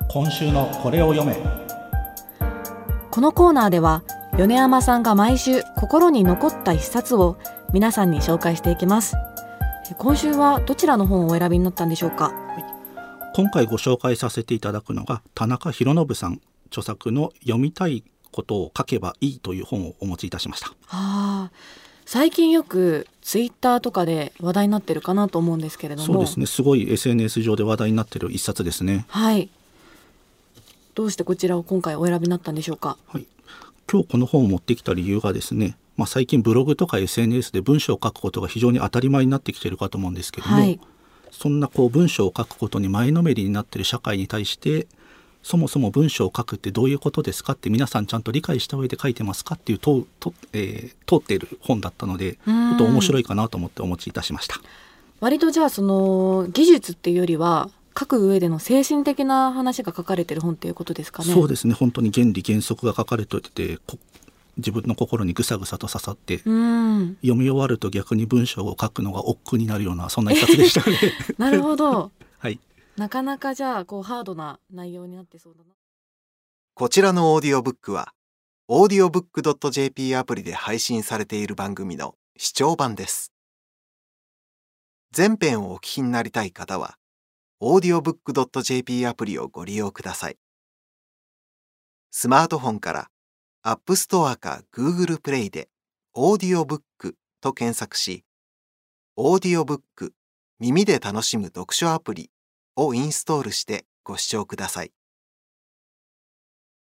今週のこれを読め。 このコーナーでは米山さんが毎週心に残った一冊を皆さんに紹介していきます。今週はどちらの本をお選びになったんでしょうか。 今回ご紹介させていただくのが田中博信さん著作の読みたいことを書けばいいという本をお持ちいたしました。 最近よくツイッターとかで話題になってるかなと思うんですけれども。 そうですね、すごい SNS 上で話題になっている一冊ですね。 はい。どうしてこちらを今回お選びになったんでしょうか。 はい、今日この本を持ってきた理由がですね、最近ブログとか SNS で文章を書くことが非常に当たり前になってきているかと思うんですけども、そんな文章を書くことに前のめりになっている社会に対して、そもそも文章を書くってどういうことですかって皆さんちゃんと理解した上で書いてますかっていう通っている本だったので、ちょっと面白いかなと思ってお持ちいたしました。 割とじゃあその技術っていうよりは書く上での精神的な話が書かれている本っていうことですかね。 そうですね、本当に原理原則が書かれていて、自分の心にぐさぐさと刺さって、読み終わると逆に文章を書くのが億劫になるような、そんな一冊でしたね。 なるほど、 はい、 なかなかじゃあハードな内容になってそうだな。 こちらのオーディオブックは audiobook.jp アプリで配信されている番組の視聴版です。全編をお聞きになりたい方は audiobook.jp アプリをご利用ください。スマートフォンからApp Store か Google Play でオーディオブックと検索し、オーディオブック耳で楽しむ読書アプリをインストールしてご視聴ください。